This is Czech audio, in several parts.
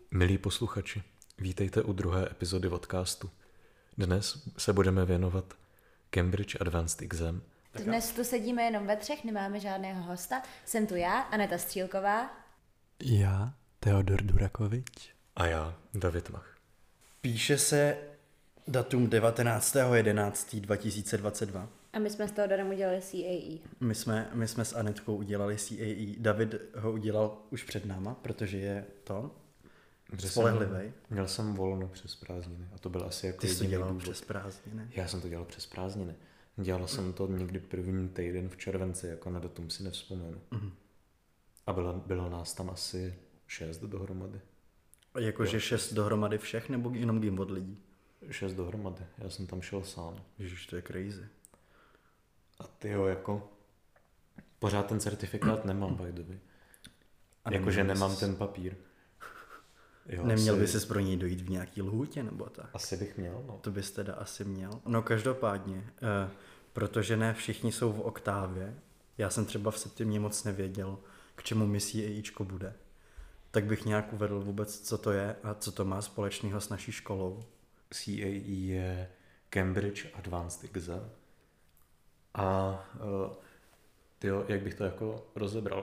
Milí posluchači, vítejte u druhé epizody podcastu. Dnes se budeme věnovat Cambridge Advanced Exam. Dnes tu sedíme jenom ve třech, nemáme žádného hosta. Jsem tu já, Aneta Střílková. Já, Teodor Durakovič. A já, David Mach. Píše se datum 19.11.2022. A my jsme s Teodorem udělali CAE. My jsme s Anetkou udělali CAE. David ho udělal už před náma, protože je to spolehlivý. Měl jsem volno přes prázdniny a to byl asi jako Ty jsi to jediný dělal důvod. přes prázdniny. Já jsem to dělal přes prázdniny. Dělal jsem to někdy první týden v červenci, jako na datum si nevzpomenu. A bylo nás tam asi 6 dohromady. Jakože 6 dohromady všech, nebo jenom Gimbot lidí? 6 dohromady, já jsem tam šel sám. Ježiš, to je crazy. A tyjo, jako pořád ten certifikát nemám, by the way. Jakože nemám ten papír. Jo, Neměl by ses pro něj dojít v nějaký lhůtě, nebo tak? Asi bych měl, no. To bys teda asi měl. No každopádně, protože ne všichni jsou v oktávě, já jsem třeba v septimě moc nevěděl, k čemu mi CAEčko bude, tak bych nějak uvedl vůbec, co to je a co to má společného s naší školou. CAE je Cambridge Advanced Exam. A tyjo, jak bych to jako rozebral?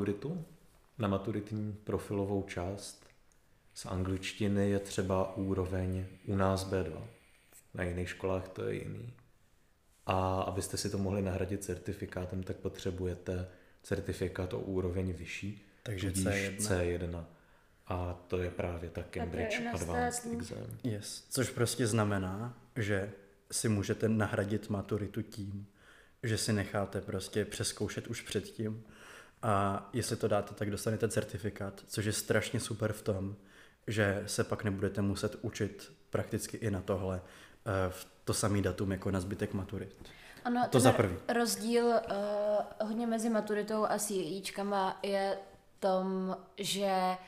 Na maturitní profilovou část z angličtiny je třeba úroveň u nás B2. Na jiných školách to je jiný. A abyste si to mohli nahradit certifikátem, tak potřebujete certifikát o úroveň vyšší, Takže tudíž C1. C1. A to je právě ta Cambridge Advanced Exam. Yes. Což prostě znamená, že si můžete nahradit maturitu tím, že si necháte prostě přezkoušet už předtím a jestli to dáte, tak dostanete certifikát, což je strašně super v tom, že se pak nebudete muset učit prakticky i na tohle v to samý datum jako na zbytek maturit. Ano, To za prvý. Rozdíl hodně mezi maturitou a CAEčkama je tom, že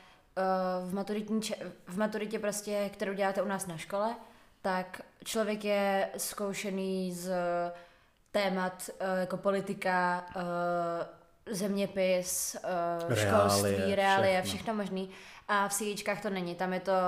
v maturitě prostě, kterou děláte u nás na škole, tak člověk je zkoušený z témat jako politika, zeměpis, školství, reálie, všechno možný. A v CAEčkách to není, tam je to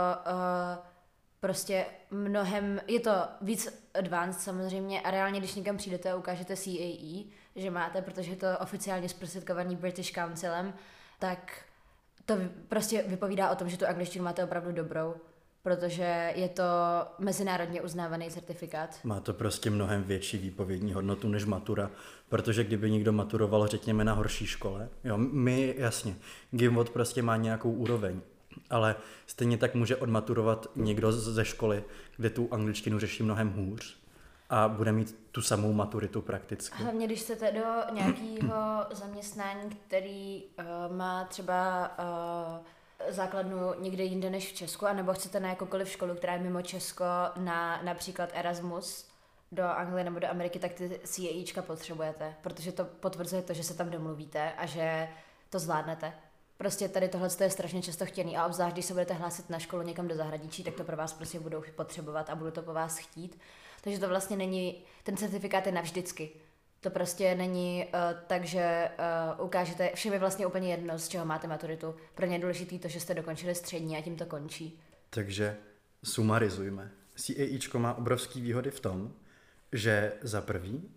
prostě je to víc advanced samozřejmě a reálně, když někam přijdete a ukážete CAE, že máte, protože je to oficiálně zprostředkovaný British Councilem, tak to prostě vypovídá o tom, že tu angličtinu máte opravdu dobrou, protože je to mezinárodně uznávaný certifikát. Má to prostě mnohem větší výpovědní hodnotu než matura, protože kdyby někdo maturoval, řekněme, na horší škole, jo, my jasně, Gimbot prostě má nějakou úroveň, ale stejně tak může odmaturovat někdo ze školy, kde tu angličtinu řeší mnohem hůř a bude mít tu samou maturitu prakticky. Hlavně, když chcete do nějakého zaměstnání, který má třeba základnu někde jinde než v Česku, anebo chcete na jakoukoliv školu, která je mimo Česko, na například Erasmus do Anglie nebo do Ameriky, tak ty CAEčka potřebujete, protože to potvrzuje to, že se tam domluvíte a že to zvládnete. Prostě tady tohle je strašně často chtěný a obzvlášť, když se budete hlásit na školu někam do zahraničí, tak to pro vás prostě budou potřebovat a budou to po vás chtít. Takže to vlastně není, ten certifikát je navždycky. To prostě není tak, že ukážete, všem je vlastně úplně jedno, z čeho máte maturitu. Pro ně je důležitý to, že jste dokončili střední a tím to končí. Takže sumarizujme. CAEčko má obrovský výhody v tom, že za prvý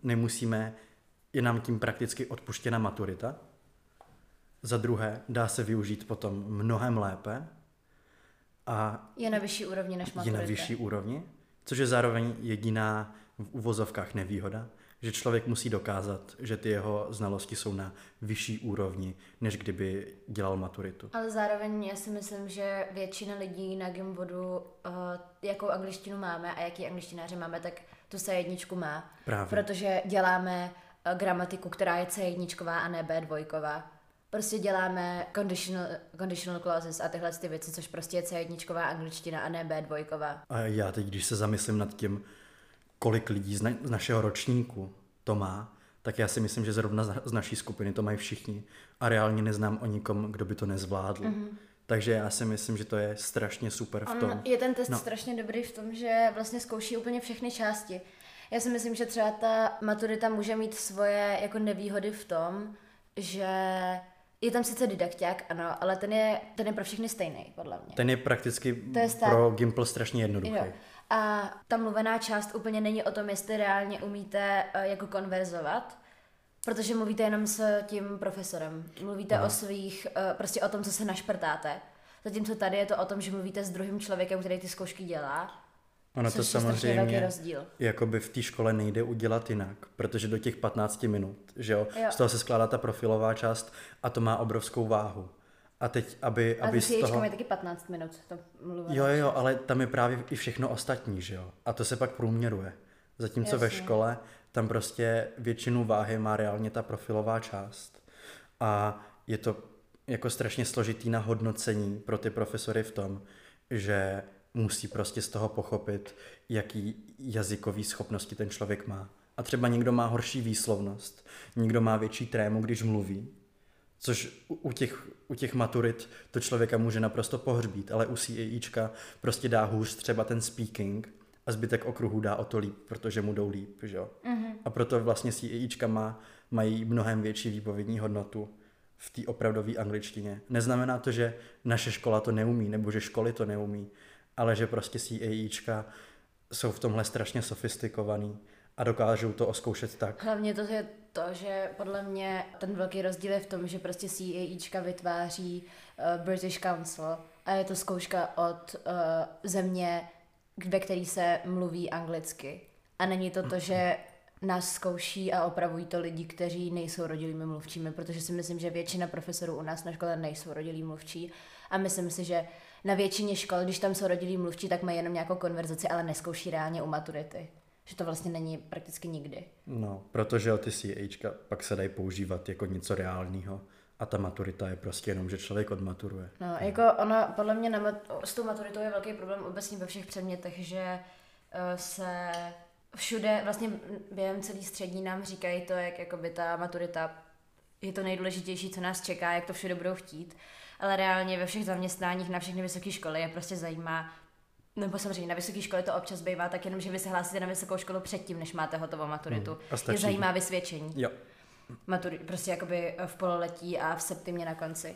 je nám tím prakticky odpuštěna maturita, za druhé dá se využít potom mnohem lépe a je na vyšší úrovni než maturita. Je na vyšší úrovni, což je zároveň jediná v uvozovkách nevýhoda, že člověk musí dokázat, že ty jeho znalosti jsou na vyšší úrovni, než kdyby dělal maturitu. Ale zároveň já si myslím, že většina lidí na Gimbodu, jakou angličtinu máme a jaký angličtináře máme, tak tu C1 má. Právě. Protože děláme gramatiku, která je C1 a ne B2. Prostě děláme conditional clauses a tyhle ty věci, což prostě je C1 angličtina a ne B2. A já teď, když se zamyslím nad tím, kolik lidí z našeho ročníku to má, tak já si myslím, že zrovna z naší skupiny to mají všichni a reálně neznám o nikom, kdo by to nezvládl. Takže já si myslím, že to je strašně super v tom. Je ten test strašně dobrý v tom, že vlastně zkouší úplně všechny části. Já si myslím, že třeba ta maturita může mít svoje jako nevýhody v tom, že Je tam sice didakťák, ano, ale ten je pro všechny stejný, podle mě. Ten je prakticky To je pro Gimple strašně jednoduchý. Jo. A ta mluvená část úplně není o tom, jestli reálně umíte jako konverzovat, protože mluvíte jenom s tím profesorem. Mluvíte o svých, prostě o tom, co se našprtáte. Zatímco tady je to o tom, že mluvíte s druhým člověkem, který ty zkoušky dělá. Ono to Což je strašně velký samozřejmě rozdíl. jakoby v té škole nejde udělat jinak, protože do těch 15 minut, že jo, z toho se skládá ta profilová část a to má obrovskou váhu. A teď, aby z toho... je taky 15 minut, to mluvím. Jo, ale tam je právě i všechno ostatní, že jo, a to se pak průměruje. Zatímco ve škole tam prostě většinu váhy má reálně ta profilová část. A je to jako strašně složitý na hodnocení pro ty profesory v tom, že musí prostě z toho pochopit, jaký jazykový schopnosti ten člověk má. A třeba někdo má horší výslovnost, někdo má větší trému, když mluví, což u těch maturit to člověka může naprosto pohřbít, ale u CAIčka prostě dá hůř třeba ten speaking a zbytek okruhu dá o to líp, protože mu jdou líp, že jo. Mm-hmm. A proto vlastně CAIčka mají mnohem větší výpovědní hodnotu v té opravdové angličtině. Neznamená to, že naše škola to neumí, nebo že školy to neumí, ale že prostě CAIčka jsou v tomhle strašně sofistikovaný a dokážou to oskoušet tak. Hlavně to je to, že podle mě ten velký rozdíl je v tom, že prostě CAIčka vytváří British Council a je to zkouška od země, ve který se mluví anglicky. A není to to, že nás zkouší a opravují to lidi, kteří nejsou rodilými mluvčími, protože si myslím, že většina profesorů u nás na škole nejsou rodilí mluvčí a myslím si, že na většině škol, když tam jsou rodilí mluvčí, tak mají jenom nějakou konverzaci, ale neskouší reálně u maturity. Že to vlastně není prakticky nikdy. No, protože ty CAIčka pak se dají používat jako něco reálného a ta maturita je prostě jenom, že člověk odmaturuje. No, jako ona, podle mě s tou maturitou je velký problém obecně ve všech předmětech, že se všude, vlastně během celý střední nám říkají to, jak jakoby ta maturita je to nejdůležitější, co nás čeká, jak to všude budou chtít, ale reálně ve všech zaměstnáních na všechny vysoké školy je prostě zajímá, nebo samozřejmě na vysoké škole to občas bývá tak jenom, že vy se hlásíte na vysokou školu předtím, než máte hotovou maturitu. Je zajímá vysvědčení. Jo. Prostě jakoby v pololetí a v septimě na konci.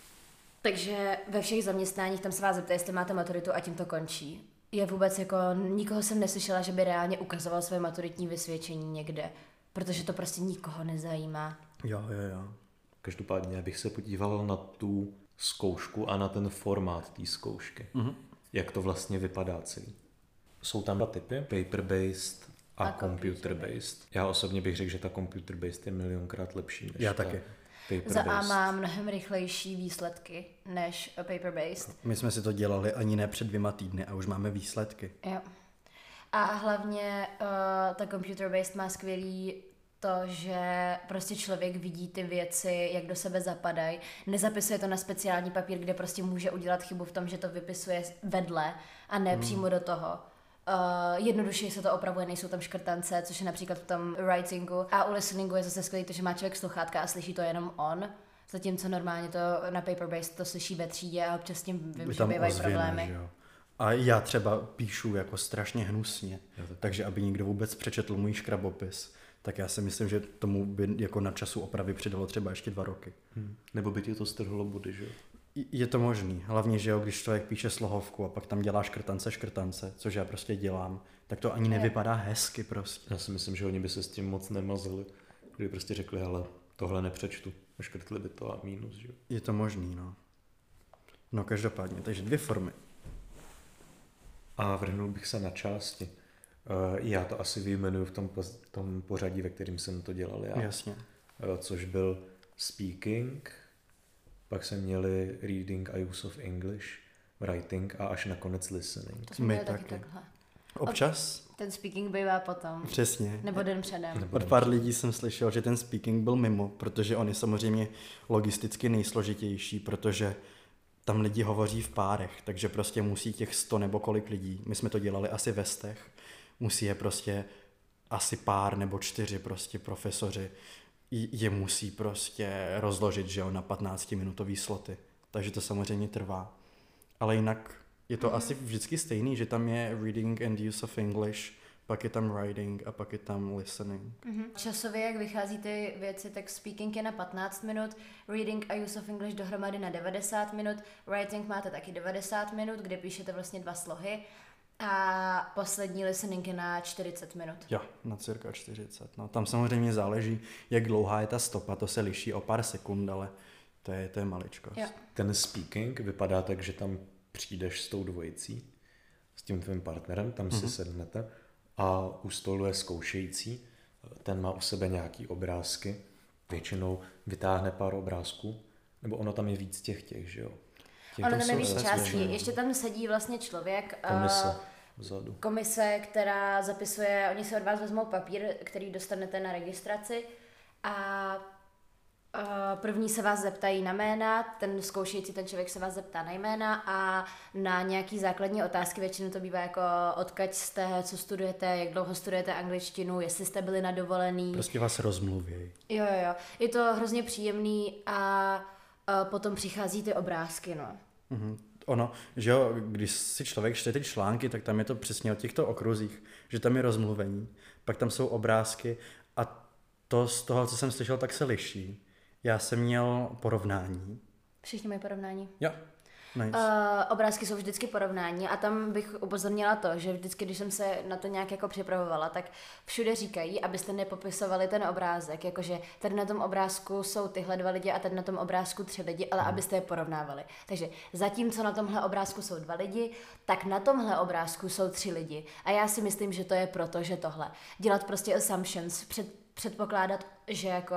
Takže ve všech zaměstnáních tam se vás zeptají, jestli máte maturitu a tím to končí. Je vůbec jako, nikoho jsem neslyšela, že by reálně ukazoval své maturitní vysvědčení někde, protože to prostě nikoho nezajímá. Jo. Každopádně bych se podíval na tu zkoušku a na ten formát té zkoušky. Mm-hmm. Jak to vlastně vypadá celý. Jsou tam dva typy, paper-based a computer-based. Já osobně bych řekl, že ta computer-based je milionkrát lepší než já ta taky. paper-based. Za A má mnohem rychlejší výsledky než paper-based. My jsme si to dělali ani ne před 2 týdny a už máme výsledky. Jo. A hlavně ta computer-based má skvělý to, že prostě člověk vidí ty věci, jak do sebe zapadají. Nezapisuje to na speciální papír, kde prostě může udělat chybu v tom, že to vypisuje vedle a ne přímo do toho. Jednoduše se to opravuje, nejsou tam škrtance, což je například v tom writingu. A u listeningu je zase skvělý to, že má člověk sluchátka a slyší to jenom on. Zatímco normálně to na paper-based to slyší ve třídě a občas s tím vím, že bývají problémy. A já třeba píšu jako strašně hnusně, takže aby někdo vůbec přečetl můj škrabopis, tak já si myslím, že tomu by jako na času opravy přidalo třeba ještě 2 roky. Nebo by ti to strhlo body, že jo? Je to možný. Hlavně, že jo, když člověk píše slohovku a pak tam dělá škrtance, což já prostě dělám, tak to ani nevypadá hezky prostě. Já si myslím, že oni by se s tím moc nemazali, kdyby prostě řekli, hele, tohle nepřečtu. A škrtli by to a mínus, že jo? Je to možný, no. No každopádně, takže 2 formy. A vrhnul bych se na části. Já to asi vyjmenuju v tom pořadí, ve kterém jsem to dělal já. Jasně. Což byl speaking, pak jsme měli reading a use of English, writing a až nakonec listening. To jsme měli taky takhle. Občas. Ten speaking bývá potom. Přesně. Nebo den předem. Od pár lidí jsem slyšel, že ten speaking byl mimo, protože on je samozřejmě logisticky nejsložitější, protože tam lidi hovoří v párech, takže prostě musí těch 100 nebo kolik lidí, my jsme to dělali asi ve stech, musí je prostě asi pár nebo 4 prostě profesoři, je musí prostě rozložit, že jo, na 15-minutový sloty, takže to samozřejmě trvá. Ale jinak je to asi vždycky stejný, že tam je reading and use of English, pak je tam writing a pak je tam listening. Časově, jak vychází ty věci, tak speaking je na 15 minut, reading a use of English dohromady na 90 minut, writing máte taky 90 minut, kde píšete vlastně 2 slohy a poslední listening je na 40 minut. Jo, na cirka 40. No, tam samozřejmě záleží, jak dlouhá je ta stopa, to se liší o pár sekund, ale to je maličkost. Jo. Ten speaking vypadá tak, že tam přijdeš s tou dvojicí, s tím tvým partnerem, tam si sednete a u stolu je zkoušející, ten má u sebe nějaký obrázky, většinou vytáhne pár obrázků, nebo ono tam je víc těch, že jo? Ono tam je víc částí, ještě tam sedí vlastně člověk, komise, která zapisuje, oni si od vás vezmou papír, který dostanete na registraci a první se vás zeptají na jména, ten zkoušející, ten člověk se vás zeptá na jména a na nějaký základní otázky, většinou to bývá jako odkud jste, co studujete, jak dlouho studujete angličtinu, jestli jste byli na dovolený. Prostě vás rozmluví. Jo, je to hrozně příjemný a potom přichází ty obrázky, no. Ono, že jo, když si člověk čte ty články, tak tam je to přesně o těchto okruzích, že tam je rozmluvení, pak tam jsou obrázky a to z toho, co jsem slyšel, tak se liší. Já jsem měl porovnání. Všichni mají porovnání. Jo, nice. Obrázky jsou vždycky porovnání a tam bych upozornila to, že vždycky, když jsem se na to nějak jako připravovala, tak všude říkají, abyste nepopisovali ten obrázek, jakože tady na tom obrázku jsou tyhle 2 lidi a tady na tom obrázku 3 lidi, ale abyste je porovnávali. Takže zatímco na tomhle obrázku jsou 2 lidi, tak na tomhle obrázku jsou 3 lidi. A já si myslím, že to je proto, že tohle. Dělat prostě assumptions, předpokládat, že jako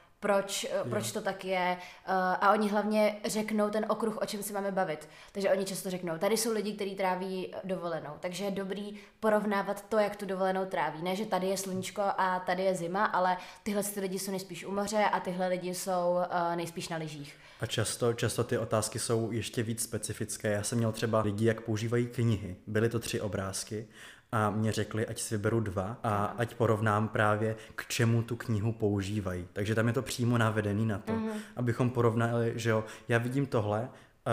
proč to tak je a oni hlavně řeknou ten okruh, o čem si máme bavit. Takže oni často řeknou, tady jsou lidi, kteří tráví dovolenou, takže je dobrý porovnávat to, jak tu dovolenou tráví. Ne, že tady je sluníčko a tady je zima, ale tyhle lidi jsou nejspíš u moře a tyhle lidi jsou nejspíš na lyžích. A často ty otázky jsou ještě víc specifické. Já jsem měl třeba lidi, jak používají knihy. Byly to 3 obrázky a mě řekli, ať si vyberu 2 a ať porovnám právě, k čemu tu knihu používají. Takže tam je to přímo navedený na to, abychom porovnali, že jo, já vidím tohle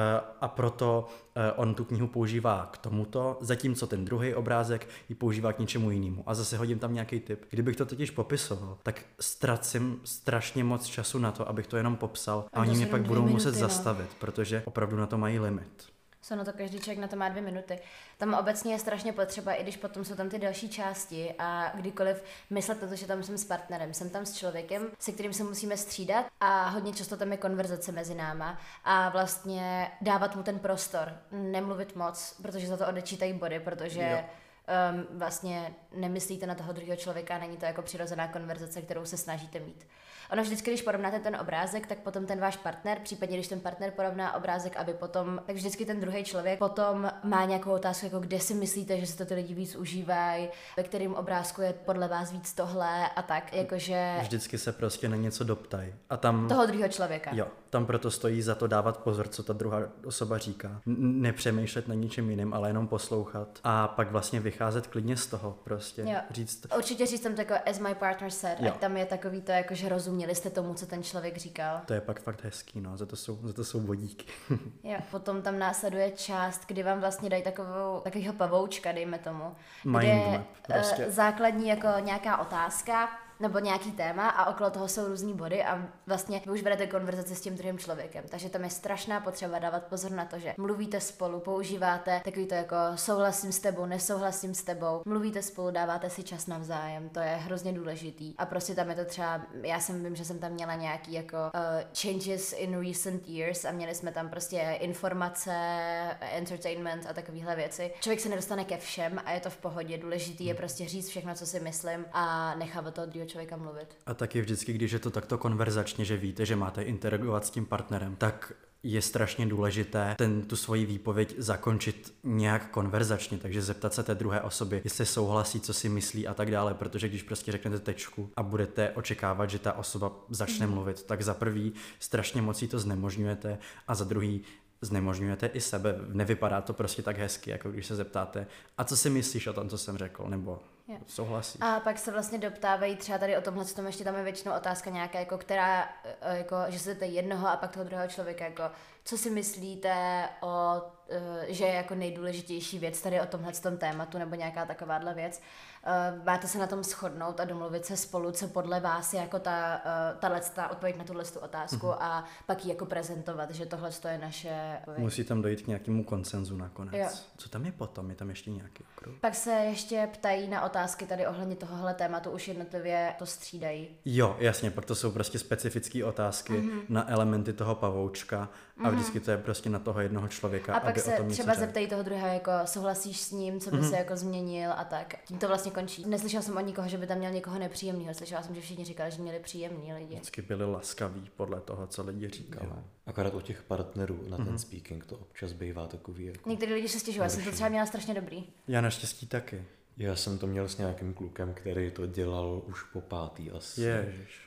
a proto on tu knihu používá k tomuto, zatímco ten druhý obrázek ji používá k něčemu jinému. A zase hodím tam nějaký tip. Kdybych to totiž popisoval, tak ztracím strašně moc času na to, abych to jenom popsal a oni mě pak budou muset zastavit, protože opravdu na to mají limit. Co na to každý člověk na to má 2 minuty. Tam obecně je strašně potřeba, i když potom jsou tam ty další části a kdykoliv myslete to, že tam jsem s partnerem, jsem tam s člověkem, se kterým se musíme střídat a hodně často tam je konverzace mezi náma a vlastně dávat mu ten prostor, nemluvit moc, protože za to odečítají body, protože vlastně nemyslíte na toho druhého člověka, není to jako přirozená konverzace, kterou se snažíte mít. Ono vždycky, když porovnáte ten obrázek, tak potom ten váš partner, případně když ten partner porovná obrázek, aby potom, tak vždycky ten druhý člověk potom má nějakou otázku, jako kde si myslíte, že si to ty lidi víc užívají, ve kterém obrázku je podle vás víc tohle a tak, jakože... Vždycky se prostě na něco doptají. A tam... Toho druhého člověka. Jo, tam proto stojí za to dávat pozor, co ta druhá osoba říká. Nepřemýšlet na ničem jiným, ale jenom poslouchat a pak vlastně vycházet klidně z toho prostě. Jo. Říct... Určitě říct tam to jako as my partner said, ať tam je takový to, jako že rozuměli jste tomu, co ten člověk říkal. To je pak fakt hezký, no, za to jsou vodíky. Jo. Potom tam následuje část, kdy vám vlastně dají takovýho pavoučka, dejme tomu, Mindmap, kde prostě. Základní jako nějaká otázka nebo nějaký téma a okolo toho jsou různý body a vlastně vy už vedete konverzaci s tím druhým člověkem. Takže tam je strašná potřeba dávat pozor na to, že mluvíte spolu, používáte takový to jako souhlasím s tebou, nesouhlasím s tebou, mluvíte spolu, dáváte si čas navzájem, to je hrozně důležitý. A prostě tam je to třeba, vím, že jsem tam měla nějaký jako changes in recent years a měli jsme tam prostě informace, entertainment a takovéhle věci. Člověk se nedostane ke všem a je to v pohodě, důležitý je prostě říct všechno, co si myslím a nechávat toho druhého člověka mluvit. A taky vždycky, když je to takto konverzačně, že víte, že máte interagovat s tím partnerem, tak je strašně důležité tu svoji výpověď zakončit nějak konverzačně, takže zeptat se té druhé osoby, jestli souhlasí, co si myslí a tak dále, protože když prostě řeknete tečku a budete očekávat, že ta osoba začne mluvit, tak za prvý strašně moc jí to znemožňujete a za druhý znemožňujete i sebe. Nevypadá to prostě tak hezky, jako když se zeptáte, a co si myslíš o tom, co jsem řekl, nebo souhlasíš. A pak se vlastně doptávají třeba tady o tomhle, tom ještě tam je většinou otázka nějaká, jako, která, jako, že se zeptají jednoho a pak toho druhého člověka, jako, co si myslíte o, že je jako nejdůležitější věc tady o tomhle tom tématu, nebo nějaká takováhle věc. Máte se na tom shodnout a domluvit se spolu, co podle vás je jako ta odpověď na tuhle otázku a pak ji jako prezentovat, že tohle je naše odpověď. Musí tam dojít k nějakému konsenzu nakonec. Jo. Co tam je potom? Je tam ještě nějaký okruh? Pak se ještě ptají na otázky tady ohledně tohohle tématu, už jednotlivě to střídají. Jo, jasně, proto jsou prostě specifické otázky na elementy toho pavoučka a vždycky to je prostě na toho jednoho člověka, A pak aby se o tom třeba zeptají toho druhého, jako souhlasíš s ním, co by se jako změnil a tak. Tím to vlastně končí. Neslyšela jsem od nikoho, že by tam měl někoho nepříjemného. Slyšela jsem, že všichni říkali, že měli příjemní lidi. Vždycky byli laskaví podle toho, co lidi říkali. Jo. Akorát u těch partnerů na ten speaking to občas bývá takový jako... Některý lidi se stěžují, já jsem to třeba měla strašně dobrý. Já naštěstí taky. Já jsem to měl s nějakým klukem, který to dělal už po 5. asi. Ježiš.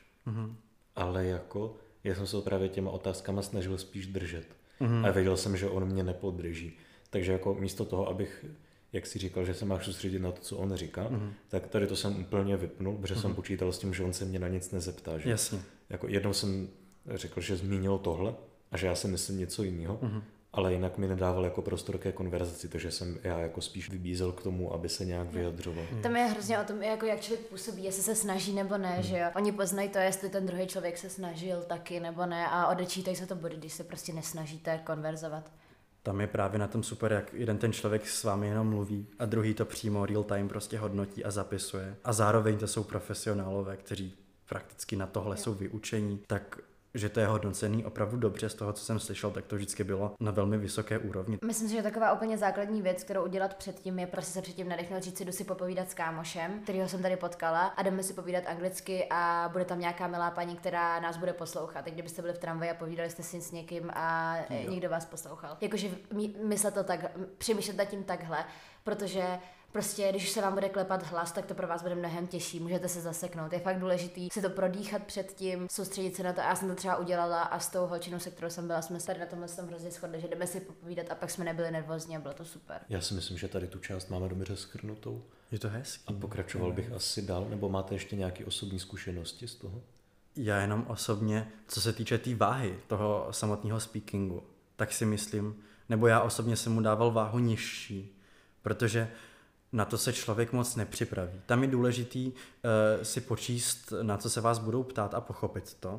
Ale jako, já jsem se právě těma otázkama snažil spíš držet. A věděl jsem, že on mě nepodrží. Takže jako místo toho, abych, jak si říkal, že se máš soustředit na to, co on říká, tak tady to jsem úplně vypnul, protože jsem počítal s tím, že on se mě na nic nezeptá. Že? Jasně. Jako jednou jsem řekl, že zmínil tohle a že já si myslím něco jiného, ale jinak mi nedával jako prostor ke konverzaci, takže jsem já jako spíš vybízel k tomu, aby se nějak vyjadřoval. Tam je hrozně o tom, jako jak člověk působí, jestli se snaží nebo ne, že jo. Oni poznají to, jestli ten druhý člověk se snažil taky nebo ne a odečítají se to body, když se prostě nesnažíte konverzovat. Tam je právě na tom super, jak jeden ten člověk s vámi jenom mluví a druhý to přímo real time prostě hodnotí a zapisuje. A zároveň to jsou profesionálové, kteří prakticky na tohle jsou vyučení, tak že to je hodnocený opravdu dobře z toho, co jsem slyšel, tak to vždycky bylo na velmi vysoké úrovni. Myslím si, že taková úplně základní věc, kterou udělat předtím, je prostě se předtím nadechnout, říct si, jdu si popovídat s kámošem, kterýho jsem tady potkala a jdeme si povídat anglicky a bude tam nějaká milá paní, která nás bude poslouchat. Tak kdybyste byli v tramvaji a povídali jste si s někým a někdo vás poslouchal. Jakože myslet to tak, přemýšlet nad tím takhle, protože prostě, když se vám bude klepat hlas, tak to pro vás bude mnohem těžší, můžete se zaseknout. Je fakt důležitý si to prodýchat předtím, soustředit se na to. A já jsem to třeba udělala a s tou holčinou, se kterou jsem byla, jsme se tady na tomhle hrozně shodli, že jdeme si popovídat a pak jsme nebyli nervózní a bylo to super. Já si myslím, že tady tu část máme dobře shrnutou. Je to hezký. A pokračoval bych asi dál, nebo máte ještě nějaké osobní zkušenosti z toho? Já jenom osobně, co se týče té váhy toho samotného speakingu, tak si myslím, nebo já osobně jsem mu dával váhu nižší, protože na to se člověk moc nepřipraví. Tam je důležitý si počíst, na co se vás budou ptát a pochopit to.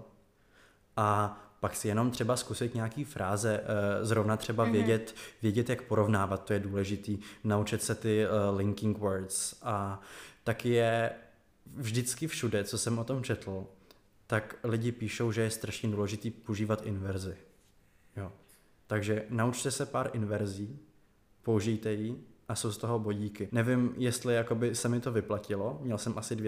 A pak si jenom třeba zkusit nějaký fráze, zrovna třeba vědět, jak porovnávat, to je důležitý. Naučit se ty linking words. A taky je vždycky všude, co jsem o tom četl, tak lidi píšou, že je strašně důležitý používat inverzi. Jo. Takže naučte se pár inverzí, použijte ji, a jsou z toho bodíky. Nevím, jestli jakoby se mi to vyplatilo. Měl jsem asi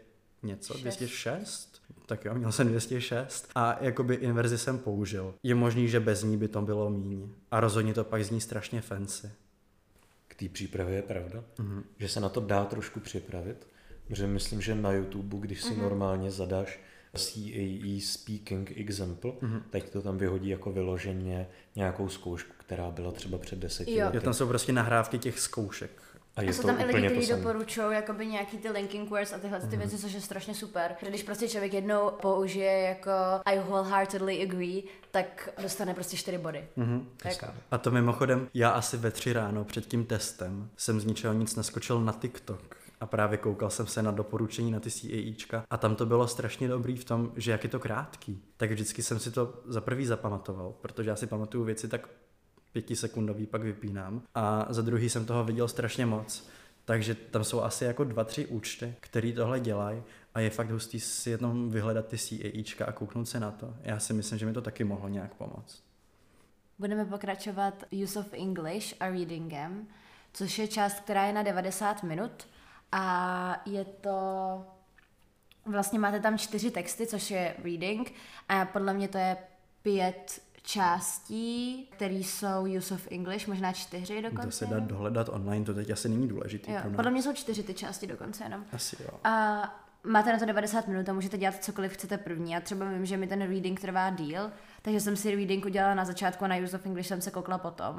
206? Tak jo, měl jsem 206. A jakoby inverzi jsem použil. Je možný, že bez ní by to bylo míň. A rozhodně to pak zní strašně fancy. K té přípravě je pravda, že se na to dá trošku připravit. Protože myslím, že na YouTube, když si normálně zadáš CAE Speaking Example, teď to tam vyhodí jako vyloženě nějakou zkoušku, která byla třeba před 10 lety. Jo, tam jsou prostě nahrávky těch zkoušek. A jsou tam i lidi, kteří doporučují jakoby nějaký ty linking words a tyhle ty věci, což je strašně super. Protože když prostě člověk jednou použije jako I wholeheartedly agree, tak dostane prostě 4 body. Jako. A to mimochodem, já asi ve 3 ráno před tím testem jsem z ničeho nic naskočil na TikTok. A právě koukal jsem se na doporučení na ty CAEčka a tam to bylo strašně dobrý v tom, že jak je to krátký. Tak vždycky jsem si to za prvý zapamatoval, protože já si pamatuju věci tak 5sekundový, pak vypínám. A za druhý jsem toho viděl strašně moc. Takže tam jsou asi jako 2-3 účty, který tohle dělají a je fakt hustý si jednou vyhledat ty CAEčka a kouknout se na to. Já si myslím, že mi to taky mohlo nějak pomoct. Budeme pokračovat Use of English a Readingem, což je část, která je na 90 minut. A je to, vlastně máte tam 4 texty, což je reading a podle mě to je 5 částí, které jsou use of English, možná 4 dokonce. To se dá dohledat online, to teď asi není důležitý. Jo, podle mě jsou 4 ty části dokonce jenom. Asi jo. A máte na to 90 minut a můžete dělat cokoliv chcete první. Já třeba vím, že mi ten reading trvá díl, takže jsem si reading udělala na začátku a na use of English jsem se koukla potom.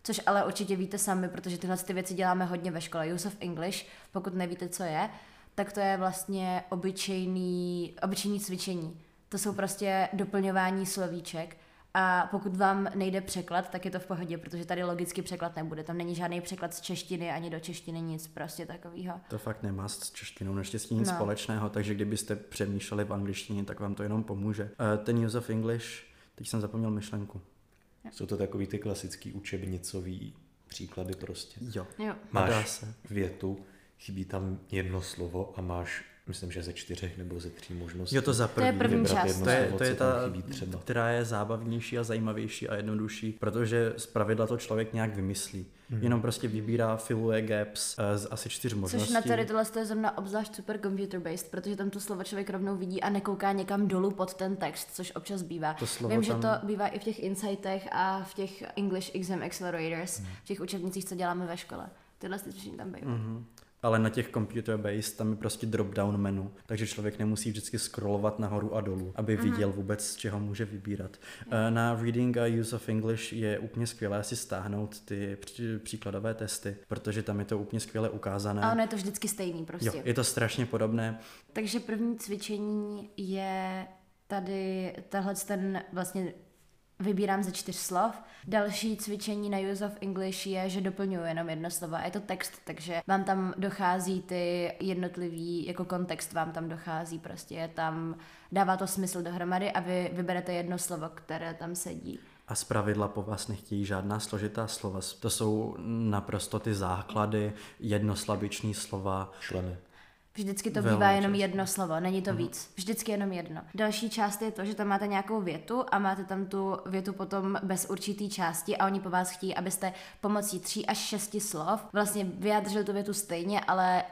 Což ale určitě víte sami, protože tyhle ty věci děláme hodně ve škole. Use of English, pokud nevíte, co je, tak to je vlastně obyčejný cvičení. To jsou prostě doplňování slovíček. A pokud vám nejde překlad, tak je to v pohodě, protože tady logicky překlad nebude. Tam není žádný překlad z češtiny ani do češtiny, nic prostě takového. To fakt nemá s češtinou naštěstí nic společného, takže kdybyste přemýšleli v angličtině, tak vám to jenom pomůže. Ten use of English, teď jsem zapomněl myšlenku. Jsou to takový ty klasický učebnicový příklady prostě. Jo. Máš větu, chybí tam jedno slovo a máš, myslím, že ze 4 nebo ze 3 možností. Jo, to za první. To je první část. To je ta, která je zábavnější a zajímavější a jednodušší, protože zpravidla to člověk nějak vymyslí. Jenom prostě vybírá, filuje gaps z asi 4 možností. Což na tady tohle je zrovna obzvlášť super computer-based, protože tam to slovo člověk rovnou vidí a nekouká někam dolů pod ten text, což občas bývá. Vím, že to bývá i v těch insightech a v těch English Exam Accelerators, v těch učebnicích, co děláme ve škole. Tyhle cvičení tam bývají. Ale na těch computer-based tam je prostě drop-down menu, takže člověk nemusí vždycky scrollovat nahoru a dolů, aby viděl vůbec, z čeho může vybírat. Na Reading a Use of English je úplně skvělé si stáhnout ty příkladové testy, protože tam je to úplně skvěle ukázané. A ono je to vždycky stejný prostě. Jo, je to strašně podobné. Takže první cvičení je tady ten vlastně vybírám ze 4 slov. Další cvičení na Use of English je, že doplňuji jenom jedno slovo. A je to text, takže vám tam dochází ty jednotlivý, jako kontext vám tam dochází prostě. Tam dává to smysl dohromady a vy vyberete jedno slovo, které tam sedí. A zpravidla po vás nechtějí žádná složitá slova. To jsou naprosto ty základy, jednoslabiční slova. Členy. Vždycky to bývá jenom jedno slovo, není to víc. Vždycky jenom jedno. Další část je to, že tam máte nějakou větu a máte tam tu větu potom bez určitý části a oni po vás chtějí, abyste pomocí 3 až 6 slov vlastně vyjádřili tu větu stejně, ale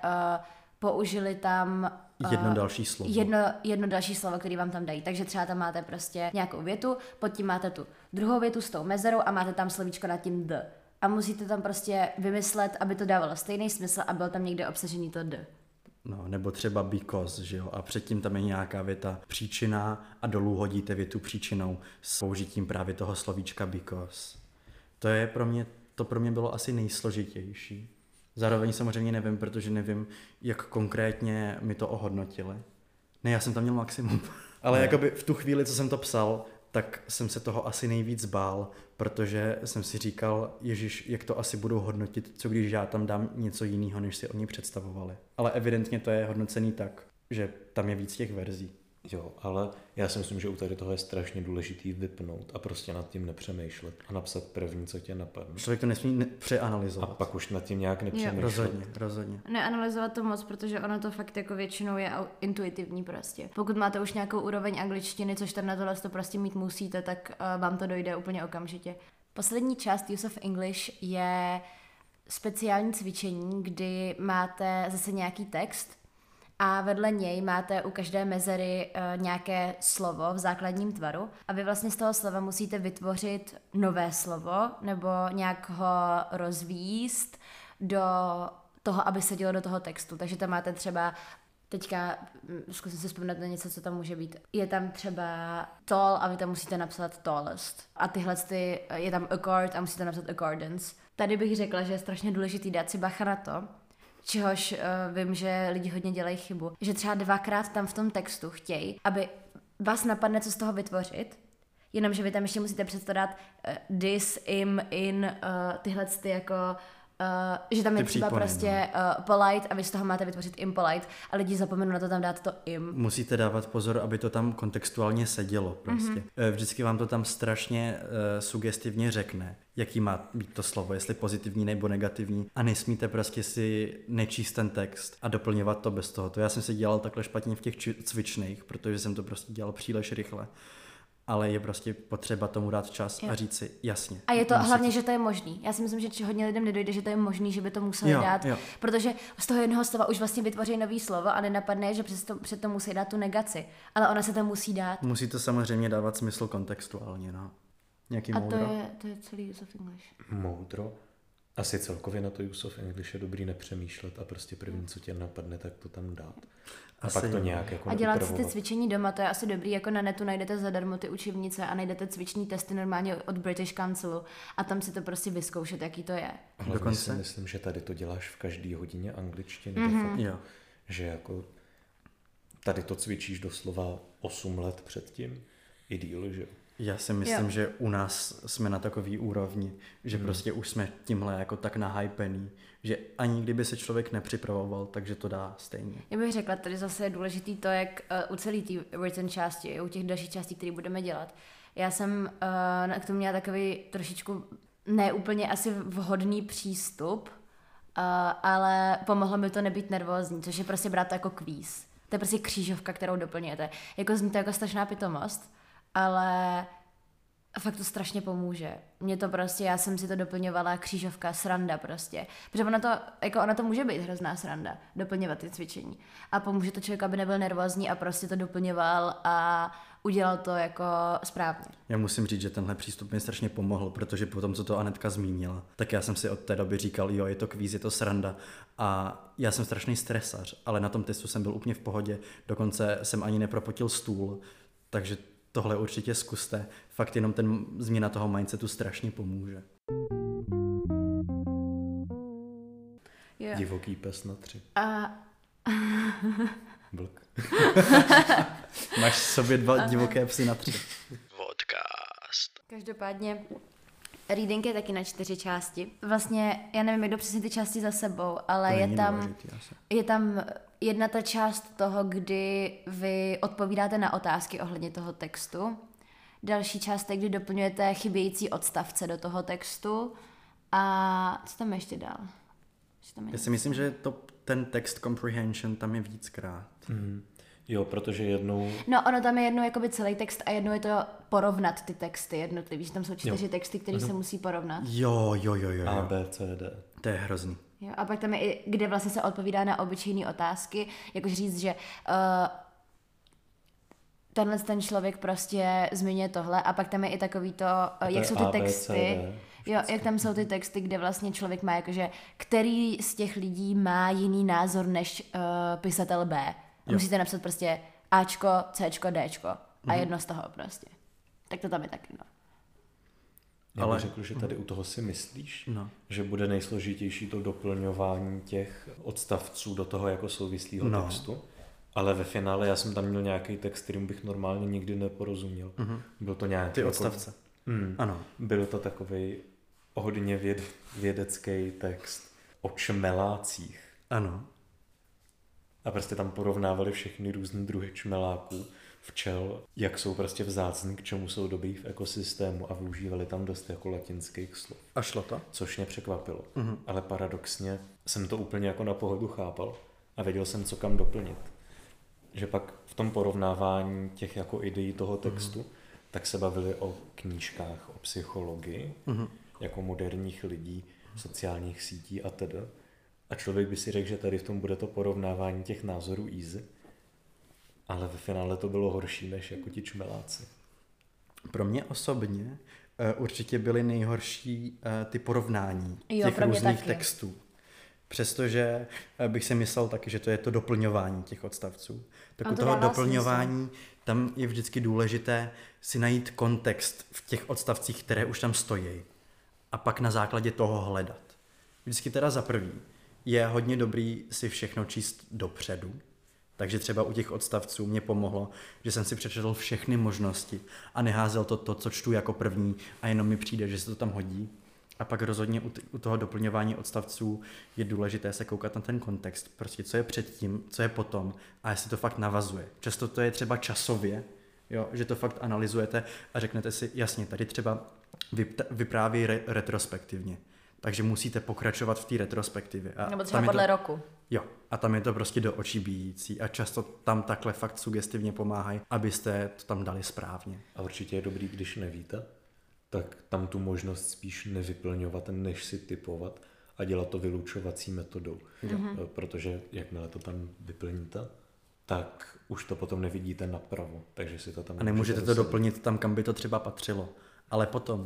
použili tam jedno další slovo. Jedno další slovo, který vám tam dají. Takže třeba tam máte prostě nějakou větu, pod tím máte tu druhou větu s tou mezerou a máte tam slovíčko nad tím d. A musíte tam prostě vymyslet, aby to dávalo stejný smysl a byl tam někde obsažený to d. No, nebo třeba because, že jo, a předtím tam je nějaká věta příčina a dolů hodíte větu příčinou s použitím právě toho slovíčka because. To pro mě bylo asi nejsložitější. Zároveň samozřejmě nevím, protože nevím, jak konkrétně mi to ohodnotili. Ne, já jsem tam měl maximum. Ale jakoby v tu chvíli, co jsem to psal, tak jsem se toho asi nejvíc bál, protože jsem si říkal, ježiš, jak to asi budou hodnotit, co když já tam dám něco jiného, než si oni představovali. Ale evidentně to je hodnocený tak, že tam je víc těch verzí. Jo, ale já si myslím, že u tady toho je strašně důležitý vypnout a prostě nad tím nepřemýšlet a napsat první, co tě napadne. Člověk to nesmí přeanalyzovat. A pak už nad tím nějak nepřemýšlet. Rozhodně. Neanalyzovat to moc, protože ono to fakt jako většinou je intuitivní prostě. Pokud máte už nějakou úroveň angličtiny, což tam na tohle to prostě mít musíte, tak vám to dojde úplně okamžitě. Poslední část Use of English je speciální cvičení, kdy máte zase nějaký text a vedle něj máte u každé mezery nějaké slovo v základním tvaru a vy vlastně z toho slova musíte vytvořit nové slovo nebo nějak ho rozvíst do toho, aby sedělo do toho textu. Takže tam máte třeba teďka zkusím si vzpomínat na něco, co tam může být. Je tam třeba tall a vy tam musíte napsat tallest. A tyhle je tam accord a musíte napsat accordance. Tady bych řekla, že je strašně důležitý dát si bacha na to, čehož vím, že lidi hodně dělají chybu, že třeba 2krát tam v tom textu chtějí, aby vás napadne, co z toho vytvořit, jenomže vy tam ještě musíte přesto dát this, in, tyhle jako že tam je třeba prostě polite a vy z toho máte vytvořit impolite a lidi zapomenou na to tam dát to im. Musíte dávat pozor, aby to tam kontextuálně sedělo prostě. Vždycky vám to tam strašně sugestivně řekne, jaký má být to slovo, jestli pozitivní nebo negativní a nesmíte prostě si nečíst ten text a doplňovat to bez toho. To já jsem si dělal takhle špatně v těch cvičných, protože jsem to prostě dělal příliš rychle. Ale je prostě potřeba tomu dát čas a říct si jasně. A je to hlavně, že to je možný. Já si myslím, že hodně lidem nedojde, že to je možný, že by to museli dát, protože z toho jednoho slova už vlastně vytvoří nový slovo a nenapadne, že před to musí dát tu negaci. Ale ona se tam musí dát. Musí to samozřejmě dávat smysl kontextuálně, no. Nějaký moudro. To je celý Use of English. Moudro. Asi celkově na to use of English je dobrý nepřemýšlet a prostě první, co tě napadne, tak to tam dát. A Asi pak to jo. nějak jako A dělat si ty neupravovat. cvičení doma, to je asi dobrý, jako na netu najdete zadarmo ty učebnice a najdete cviční testy normálně od British Councilu a tam si to prostě vyzkoušet, jaký to je. Hlavně Dokonce- si myslím, že tady to děláš v každý hodině angličtiny, de facto, Jo. že jako tady to cvičíš doslova 8 let předtím, i díl, že jo. Já si myslím, Jo. že u nás jsme na takový úrovni, že prostě už jsme tímhle jako tak nahypený, že ani kdyby se člověk nepřipravoval, takže to dá stejně. Já bych řekla, tady zase je důležitý to, jak u celé té written části, i u těch dalších částí, které budeme dělat. Já jsem k tomu měla takový trošičku neúplně asi vhodný přístup, ale pomohlo mi to nebýt nervózní, což je prostě brát to jako kvíz. To je prostě křížovka, kterou doplňujete. Jako zní to jako strašná pitomost, ale fakt to strašně pomůže. Mě to prostě, já jsem si to doplňovala křížovka, sranda prostě. Protože ona to může být hrozná sranda, doplňovat ty cvičení. A pomůže to člověku, aby nebyl nervózní a prostě to doplňoval a udělal to jako správně. Já musím říct, že tenhle přístup mi strašně pomohl, protože potom, co to Anetka zmínila, tak já jsem si od té doby říkal, jo, je to kvíz, je to sranda. A já jsem strašný stresař, ale na tom testu jsem byl úplně v pohodě, dokonce jsem ani nepropotil stůl, takže tohle určitě zkuste. Fakt jenom ten změna toho mindsetu strašně pomůže. Jo. Divoký pes na 3. A Blk. Máš v sobě 2 divoké psy na 3. každopádně reading je taky na 4 části. Vlastně, já nevím, jak přesně ty části za sebou, ale je tam jedna ta část toho, kdy vy odpovídáte na otázky ohledně toho textu. Další část je, kdy doplňujete chybějící odstavce do toho textu. A co tam ještě dál? Já si myslím, že ten text comprehension tam je víckrát. Jo, protože jednou... No, ono tam je jednou jakoby celý text a jednou je to porovnat ty texty jednotlivý, že tam jsou 4 texty, které se musí porovnat. Jo. A, B, C, D. To je hrozný. Jo, a pak tam je i, kde vlastně se odpovídá na obyčejné otázky, jakož říct, že ten člověk prostě zmiňuje tohle a pak tam je i takový to, jak jsou ty A, B, C, texty, D. jo, jak tam jsou ty texty, kde vlastně člověk má jakože, který z těch lidí má jiný názor než pisatel B. A musíte napsat prostě Ačko, Cčko, Dčko a jedno z toho prostě. Tak to tam je taky, no. Já Ale- bych řekl, že tady u toho si myslíš, No. že bude nejsložitější to doplňování těch odstavců do toho jako souvislého No. textu, ale ve finále já jsem tam měl nějaký text, kterým bych normálně nikdy neporozuměl. Byl to nějaký... Ty jako- odstavce. Hmm. Ano. Byl to takovej hodně vědecký text o čmelácích. Ano. A prostě tam porovnávali všechny různé druhy čmeláků, včel, jak jsou prostě vzácný, k čemu jsou dobrý v ekosystému a využívali tam dost jako latinských slov. A šlo to? Což mě překvapilo. Ale paradoxně jsem to úplně jako na pohodu chápal a věděl jsem, co kam doplnit. Že pak v tom porovnávání těch jako ideí toho textu, tak se bavili o knížkách, o psychologii, jako moderních lidí, sociálních sítí a tedy. A člověk by si řekl, že tady v tom bude to porovnávání těch názorů easy, ale ve finále to bylo horší než jako ti čmeláci. Pro mě osobně určitě byly nejhorší ty porovnání Jo, těch pro mě různých taky. textů. Přestože bych si myslel taky, že to je to doplňování těch odstavců. Tak A u to toho dává doplňování tam je vždycky důležité si najít kontext v těch odstavcích, které už tam stojí. A pak na základě toho hledat. Vždycky teda za prvý je hodně dobrý si všechno číst dopředu. Takže třeba u těch odstavců mě pomohlo, že jsem si přečetl všechny možnosti a neházel to, co čtu jako první a jenom mi přijde, že se to tam hodí. A pak rozhodně u toho doplňování odstavců je důležité se koukat na ten kontext, prostě co je předtím, co je potom a jestli to fakt navazuje. Často to je třeba časově, jo, že to fakt analyzujete a řeknete si, jasně, tady třeba vypráví retrospektivně, takže musíte pokračovat v té retrospektivě. A Nebo tam třeba je podle to, roku. Jo, a tam je to prostě do očí bijící a často tam takhle fakt sugestivně pomáhají, abyste to tam dali správně. A určitě je dobrý, když nevíte, tak tam tu možnost spíš nevyplňovat, než si typovat a dělat to vylučovací metodou. Protože jakmile to tam vyplníte, tak už to potom nevidíte napravo, takže si to tam A nemůžete to vypsat. doplnit tam, kam by to třeba patřilo. Ale potom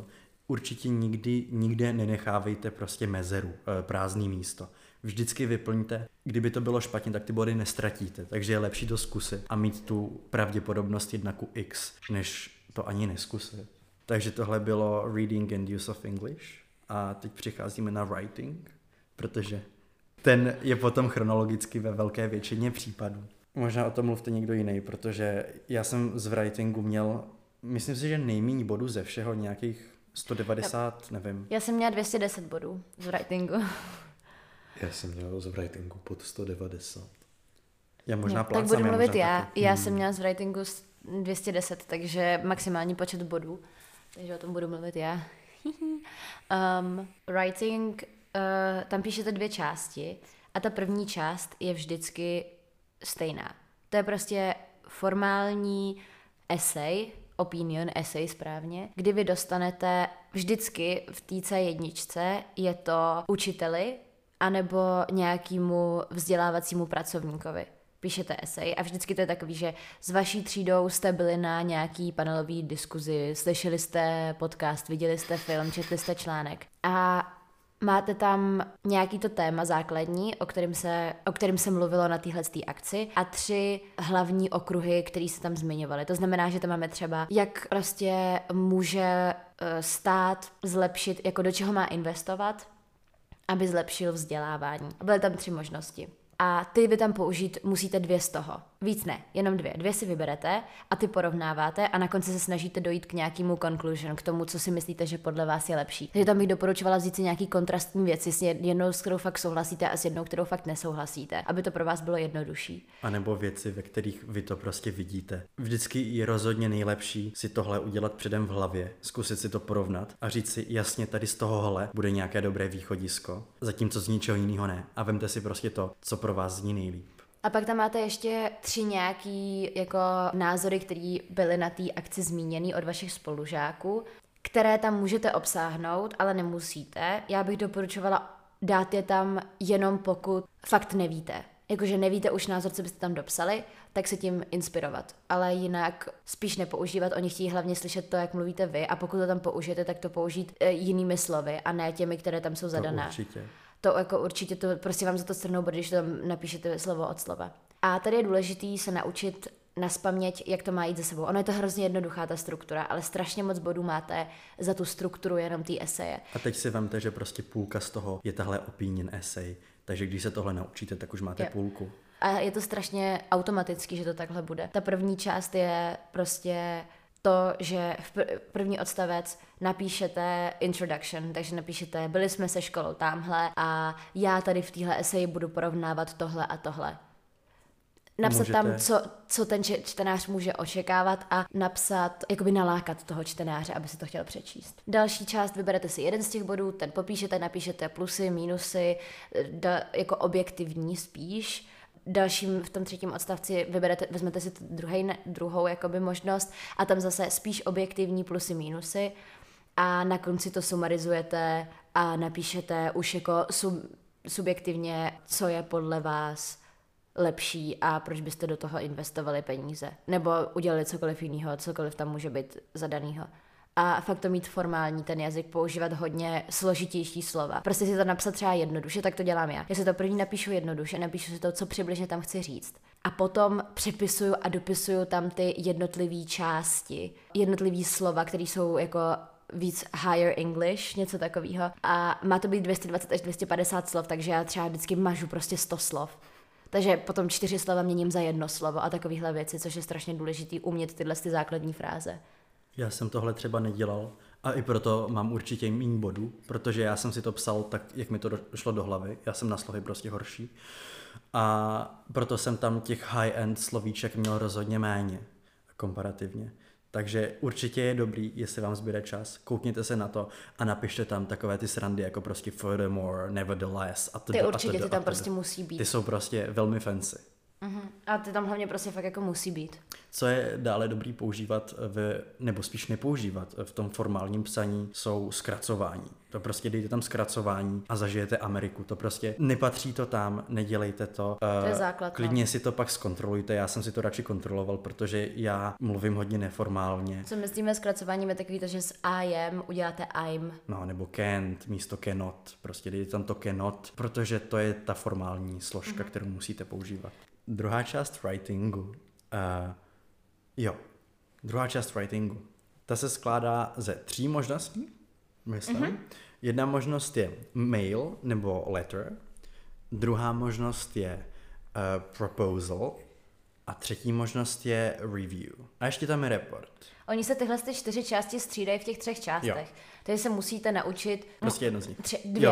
určitě nikde nenechávejte prostě mezeru, prázdný místo. Vždycky vyplňte, kdyby to bylo špatně, tak ty body nestratíte, takže je lepší to zkusit a mít tu pravděpodobnost 1:x, než to ani neskusit. Takže tohle bylo Reading and Use of English a teď přicházíme na Writing, protože ten je potom chronologicky ve velké většině případů. Možná o tom mluvte někdo jiný, protože já jsem z Writingu měl, myslím si, že nejméně bodů ze všeho, nějakých 190, nevím. Já jsem měla 210 bodů z writingu. Já jsem měl z writingu pod 190. Já možná Tak budu mluvit já. taky. Já jsem měla z writingu 210, takže maximální počet bodů. Takže o tom budu mluvit já. Writing, tam píšete 2 části a ta první část je vždycky stejná. To je prostě formální essay, opinion essay správně, kdy vy dostanete vždycky v té C1 je to učiteli anebo nějakému vzdělávacímu pracovníkovi. Píšete esej a vždycky to je takový, že s vaší třídou jste byli na nějaký panelový diskuzi, slyšeli jste podcast, viděli jste film, četli jste článek a máte tam nějaký to téma základní, o kterém se mluvilo na téhleté akci a 3 hlavní okruhy, které se tam zmiňovaly. To znamená, že tam máme třeba, jak prostě může stát zlepšit, jako do čeho má investovat, aby zlepšil vzdělávání. Byly tam 3 možnosti. A ty vy tam použít musíte 2 z toho. Víc ne, jenom 2. 2 si vyberete a ty porovnáváte a na konci se snažíte dojít k nějakému conclusion, k tomu, co si myslíte, že podle vás je lepší. Takže tam bych doporučovala vzít si nějaký kontrastní věci s jednou, s kterou fakt souhlasíte a s jednou, kterou fakt nesouhlasíte, aby to pro vás bylo jednodušší. A nebo věci, ve kterých vy to prostě vidíte. Vždycky je rozhodně nejlepší si tohle udělat předem v hlavě, zkusit si to porovnat a říct si jasně, tady z tohohle bude nějaké dobré východisko, zatímco z ničeho jiného ne. A vemte si prostě to, co pro vás zní nejlíp. A pak tam máte ještě 3 nějaký jako názory, které byly na té akci zmíněny od vašich spolužáků, které tam můžete obsáhnout, ale nemusíte. Já bych doporučovala dát je tam jenom pokud fakt nevíte. Jakože nevíte už názor, co byste tam dopsali, tak se tím inspirovat. Ale jinak spíš nepoužívat, oni chtějí hlavně slyšet to, jak mluvíte vy a pokud to tam použijete, tak to použít jinými slovy a ne těmi, které tam jsou zadané. To určitě. To jako určitě, to prostě vám za to strhnou body, když to tam napíšete slovo od slova. A tady je důležitý se naučit nazpaměť, jak to má jít za sebou. Ono je to hrozně jednoduchá ta struktura, ale strašně moc bodů máte za tu strukturu jenom té eseje. A teď si vemte, že prostě půlka z toho je tahle opinion essay, takže když se tohle naučíte, tak už máte půlku. A je to strašně automaticky, že to takhle bude. Ta první část je prostě to, že v první odstavec napíšete introduction, takže napíšete, byli jsme se školou tamhle a já tady v téhle eseji budu porovnávat tohle a tohle. Napsat tam, co ten čtenář může očekávat a napsat, jakoby nalákat toho čtenáře, aby si to chtěl přečíst. Další část, vyberete si jeden z těch bodů, ten popíšete, napíšete plusy, mínusy, jako objektivní spíš. Dalším v tom 3. odstavci vezmete si druhou jakoby možnost a tam zase spíš objektivní plusy, mínusy a na konci to sumarizujete a napíšete už jako subjektivně, co je podle vás lepší a proč byste do toho investovali peníze. Nebo udělali cokoliv jiného, cokoliv tam může být zadanýho. A fakt to mít formální ten jazyk, používat hodně složitější slova. Prostě si to napsat třeba jednoduše, tak to dělám já. Já si to první napíšu jednoduše, napíšu si to, co přibližně tam chci říct. A potom přepisuju a dopisuju tam ty jednotlivé části, jednotlivé slova, které jsou jako víc higher English, něco takového. A má to být 220 až 250 slov, takže já třeba vždycky mažu prostě 100 slov. Takže potom 4 slova měním za 1 slovo a takovéhle věci, což je strašně důležitý umět tyhle ty základní fráze. Já jsem tohle třeba nedělal a i proto mám určitě méně bodů, protože já jsem si to psal tak, jak mi to šlo do hlavy. Já jsem na slovy prostě horší. A proto jsem tam těch high-end slovíček měl rozhodně méně komparativně. Takže určitě je dobrý, jestli vám zbyde čas, koukněte se na to a napište tam takové ty srandy jako prostě furthermore, nevertheless a ty určitě ty tam prostě musí být. Ty jsou prostě velmi fancy. A ty tam hlavně prostě fakt jako musí být. Co je dále dobrý používat, nebo spíš nepoužívat v tom formálním psaní, jsou zkracování. To prostě dejte tam zkracování a zažijete Ameriku. To prostě nepatří to tam, nedělejte to. To je základ. Klidně si to pak zkontrolujte, já jsem si to radši kontroloval, protože já mluvím hodně neformálně. Co myslíme zkracováním je takový to, že s I am uděláte I'm. No, nebo can't místo cannot. Prostě dejte tam to cannot, protože to je ta formální složka, kterou musíte používat. Druhá část writingu. Druhá část writingu. Ta se skládá ze 3 možností, myslím. Jedna možnost je mail nebo letter. Druhá možnost je proposal. A třetí možnost je review. A ještě tam je report. Oni se tyhle 4 části střídají v těch 3 částech. Takže se musíte naučit... Prostě jedno z nich.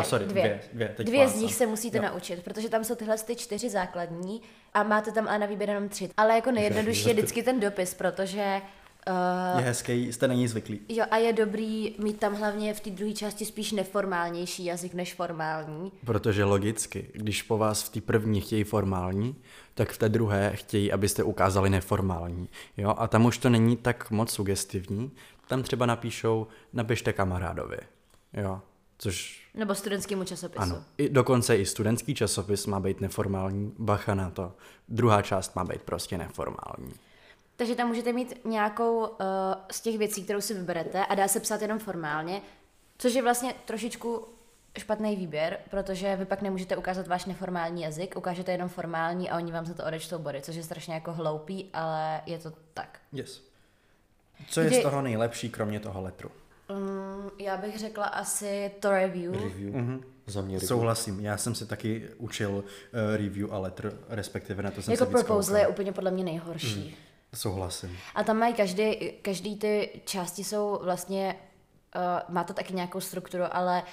Dvě z nich se musíte naučit, protože tam jsou tyhle 4 základní a máte tam ale na výběr jenom 3. Ale jako nejjednodušší je vždycky ten dopis, protože... je hezký, jste na ní zvyklí. Jo, a je dobrý mít tam hlavně v té druhé části spíš neformálnější jazyk než formální. Protože logicky, když po vás v té první chtějí formální, tak v té druhé chtějí, abyste ukázali neformální. Jo? A tam už to není tak moc sugestivní. Tam třeba napište kamarádovi. Jo? Což... Nebo studentskému časopisu. Ano. Dokonce i studentský časopis má být neformální. Bacha na to. Druhá část má být prostě neformální. Takže tam můžete mít nějakou z těch věcí, kterou si vyberete a dá se psát jenom formálně, což je vlastně trošičku špatný výběr, protože vy pak nemůžete ukázat váš neformální jazyk, ukážete jenom formální a oni vám za to odečtou body, což je strašně jako hloupý, ale je to tak. Yes. Co je z toho nejlepší, kromě toho letru? Já bych řekla asi to review. Za mě review. Souhlasím, já jsem si taky učil review a letter, respektive na to jsem jako se víc proposal koukal. je úplně podle mě nejhorší. Souhlasím. A tam mají každý ty části jsou vlastně, má to taky nějakou strukturu, ale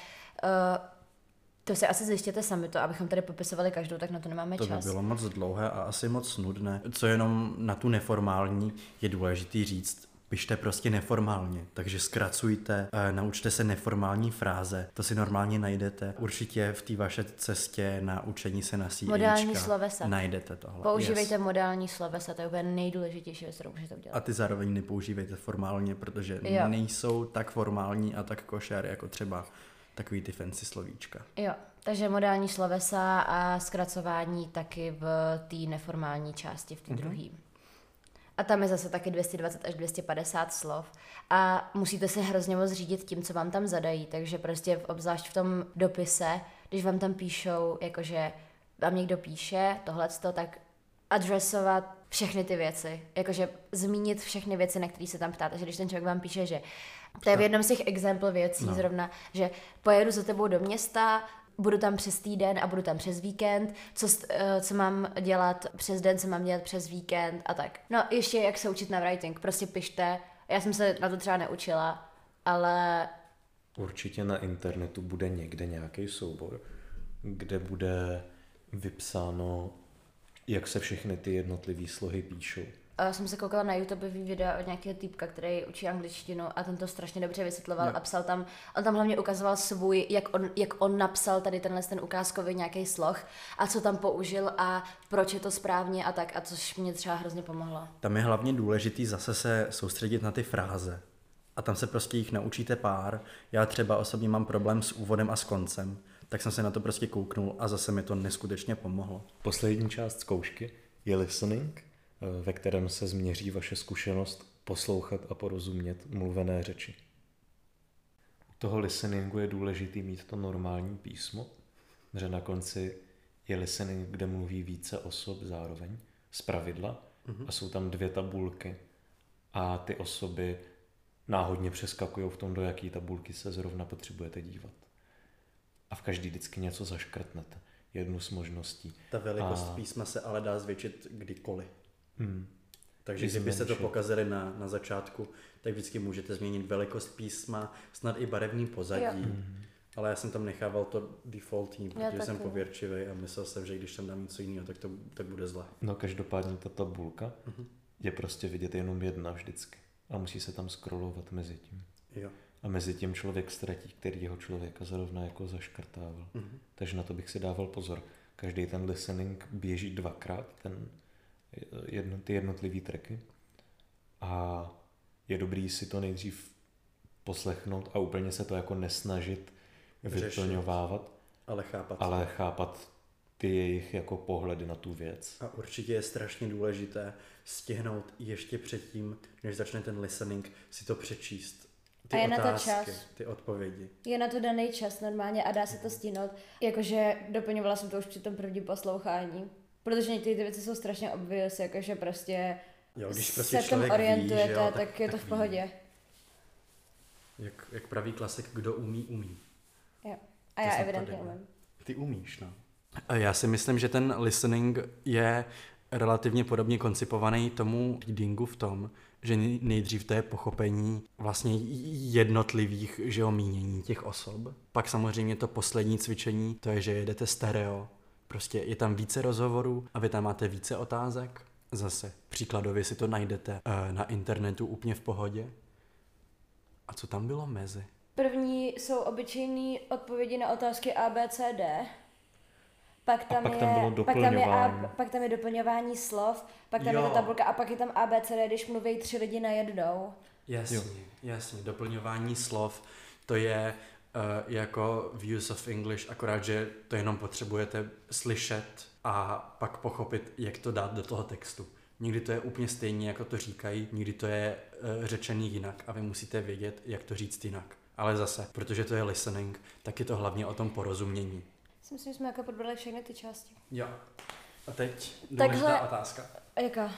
to si asi zjistěte sami to, abychom tady popisovali každou, tak na to nemáme To čas. by bylo moc dlouhé a asi moc nudné. Co jenom na tu neformální je důležitý říct, pište prostě neformálně, takže zkracujte, naučte se neformální fráze, to si normálně najdete. Určitě v té vaše cestě na učení se na CAčka Modální slovesa. najdete tohle. Používejte modální slovesa, to je úplně nejdůležitější věc, kterou můžete udělat. A ty zároveň nepoužívejte formálně, protože nejsou tak formální a tak košer, jako třeba takový ty fancy slovíčka. Jo, takže modální slovesa a zkracování taky v té neformální části, v té druhé. A tam je zase taky 220 až 250 slov. A musíte se hrozně moc řídit tím, co vám tam zadají. Takže prostě obzvlášť v tom dopise, když vám tam píšou, jakože vám někdo píše tohleto, tak adresovat všechny ty věci. Jakože zmínit všechny věci, na které se tam ptáte. Takže když ten člověk vám píše, že to je v jednom z těch example věcí zrovna, že pojedu za tebou do města, budu tam přes týden a budu tam přes víkend, co mám dělat přes den, co mám dělat přes víkend a tak. No ještě jak se učit na writing, prostě pište. Já jsem se na to třeba neučila, ale... Určitě na internetu bude někde nějaký soubor, kde bude vypsáno, jak se všechny ty jednotlivé slohy píšou. Jsem se koukala na YouTube videa od nějakého týpka, který učí angličtinu a ten to strašně dobře vysvětloval a psal tam, on tam hlavně ukazoval svůj, jak on napsal tady ten ukázkový nějaký sloh a co tam použil a proč je to správně a tak, a což mě třeba hrozně pomohlo. Tam je hlavně důležitý zase se soustředit na ty fráze. A tam se prostě jich naučíte pár. Já třeba osobně mám problém s úvodem a s koncem, tak jsem se na to prostě kouknul a zase mi to neskutečně pomohlo. Poslední část zkoušky je listening, ve kterém se změří vaše zkušenost poslouchat a porozumět mluvené řeči. U toho listeningu je důležitý mít to normální písmo, že na konci je listening, kde mluví více osob zároveň, zpravidla, a jsou tam 2 tabulky a ty osoby náhodně přeskakují v tom, do jaký tabulky se zrovna potřebujete dívat. A v každý vždycky něco zaškrtnete. Jednu z možností. Ta velikost písma se ale dá zvětšit kdykoliv. Takže kdybyste to pokazili na začátku, tak vždycky můžete změnit velikost písma, snad i barevný pozadí. Ale já jsem tam nechával to defaultní, protože jsem pověrčivý a myslel jsem, že když tam dám něco jiného, tak bude zle. No každopádně ta tabulka je prostě vidět jenom jedna vždycky. A musí se tam scrollovat mezi tím. Jo. A mezi tím člověk ztratí, kterýho člověka zrovna jako zaškrtával. Takže na to bych si dával pozor. Každý ten listening běží 2krát, ten ty jednotlivý tracky a je dobrý si to nejdřív poslechnout a úplně se to jako nesnažit vyplňovávat, ale chápat ty jejich jako pohledy na tu věc. A určitě je strašně důležité stihnout ještě předtím, než začne ten listening, si to přečíst. Ty a je otázky, na to čas. Ty odpovědi. Je na to daný čas normálně a dá se to stihnout. Jakože doplňovala jsem to už při tom prvním poslouchání. Protože některé ty věci jsou strašně obvious, jakože prostě, Jo, když prostě se v tom člověk orientujete, ví, že jo, tak je to v ví. pohodě. Jak pravý klasik, kdo umí, umí. Jo. To A já snad evidentně tady, ne? umím. Ty umíš, no. A já si myslím, že ten listening je relativně podobně koncipovaný tomu readingu v tom, že nejdřív to je pochopení vlastně jednotlivých, že jo, mínění těch osob. Pak samozřejmě to poslední cvičení, to je, že jedete stereo. Prostě je tam více rozhovorů a vy tam máte více otázek. Zase příkladově si to najdete na internetu úplně v pohodě. A co tam bylo mezi? První jsou obyčejné odpovědi na otázky A, B, C, D. Pak tam bylo doplňování. Pak tam je doplňování slov, pak tam je Jo. ta tabulka a pak je tam A, B, C, D, když mluví 3 lidi najednou. Jasně. Doplňování slov, to je jako views of English, akorát, že to jenom potřebujete slyšet a pak pochopit, jak to dát do toho textu. Někdy to je úplně stejně, jako to říkají, někdy to je řečený jinak a vy musíte vědět, jak to říct jinak. Ale zase, protože to je listening, tak je to hlavně o tom porozumění. Si myslím, že jsme jako podbrali všechny ty části. Jo. A teď Takhle- důležitá otázka. A jaká?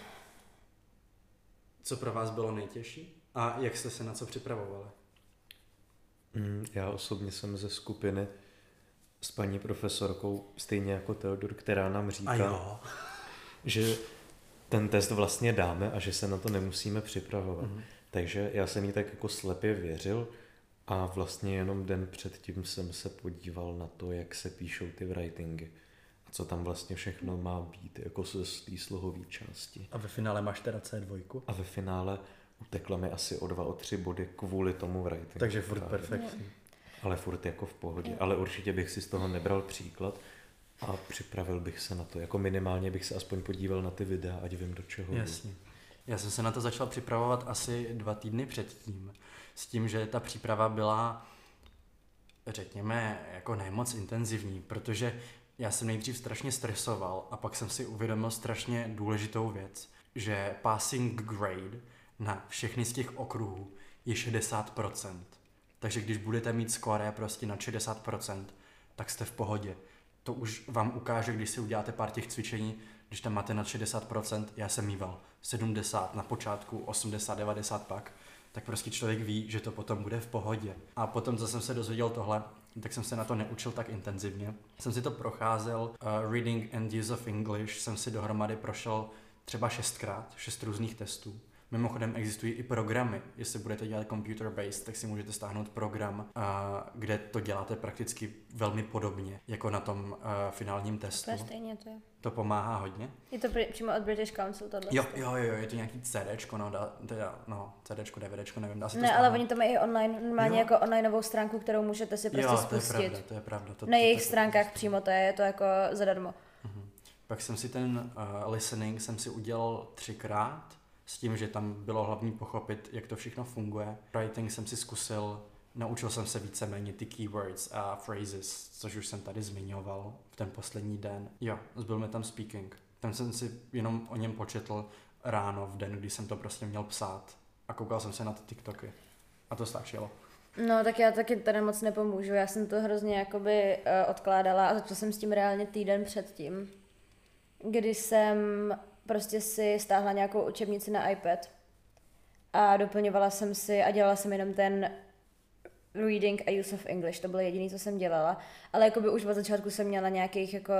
Co pro vás bylo nejtěžší a jak jste se na co připravovali? Já osobně jsem ze skupiny s paní profesorkou, stejně jako Teodor, která nám říká, že ten test vlastně dáme a že se na to nemusíme připravovat. Takže já jsem jí tak jako slepě věřil a vlastně jenom den předtím jsem se podíval na to, jak se píšou ty writingy a co tam vlastně všechno má být, jako z té slohové části. A ve finále máš teda C2? A ve finále utekla mi asi o 2, o 3 body kvůli tomu writingu. Takže furt perfektní. Ale furt jako v pohodě. Ale určitě bych si z toho nebral příklad a připravil bych se na to. Jako minimálně bych se aspoň podíval na ty videa, ať vím, do čeho jdu. Jasně. Já jsem se na to začal připravovat asi 2 týdny předtím. S tím, že ta příprava byla, řekněme, jako nemoc intenzivní, protože já jsem nejdřív strašně stresoval a pak jsem si uvědomil strašně důležitou věc, že passing grade na všechny z těch okruhů je 60%. Takže když budete mít skóre prostě na 60%, tak jste v pohodě. To už vám ukáže, když si uděláte pár těch cvičení, když tam máte na 60%, já jsem mýval 70 na počátku, 80, 90 pak, tak prostě člověk ví, že to potom bude v pohodě. A potom, co jsem se dozvěděl tohle, tak jsem se na to neučil tak intenzivně. Jsem si to procházel, reading and use of English jsem si dohromady prošel třeba 6krát, 6 různých testů. Mimochodem existují i programy, jestli budete dělat computer-based, tak si můžete stáhnout program, kde to děláte prakticky velmi podobně, jako na tom finálním testu. To je stejně to je. To pomáhá hodně. Je to přímo od British Council tohle. Jo, je to nějaký CDčko, CDčko, DVDčko, nevím, dá se to Ne, ale stáhnout. oni to mají i online, normálně jako onlineovou stránku, kterou můžete si prostě spustit. To je pravda. Na jejich stránkách přímo, to je to jako zadarmo. Pak jsem si ten listening jsem si udělal 3krát, s tím, že tam bylo hlavní pochopit, jak to všechno funguje. Writing jsem si zkusil, naučil jsem se víceméně ty keywords a phrases, což už jsem tady zmiňoval v ten poslední den. Jo, zbyl mi tam speaking. Ten jsem si jenom o něm početl ráno v den, kdy jsem to prostě měl psát. A koukal jsem se na ty TikToky. A to stačilo. No, tak já taky tady moc nepomůžu. Já jsem to hrozně jakoby odkládala a začala jsem s tím reálně týden předtím, kdy jsem prostě si stáhla nějakou učebnici na iPad a doplňovala jsem si a dělala jsem jenom ten reading a use of English, to bylo jediné, co jsem dělala, ale jakoby už od začátku jsem měla nějakých jako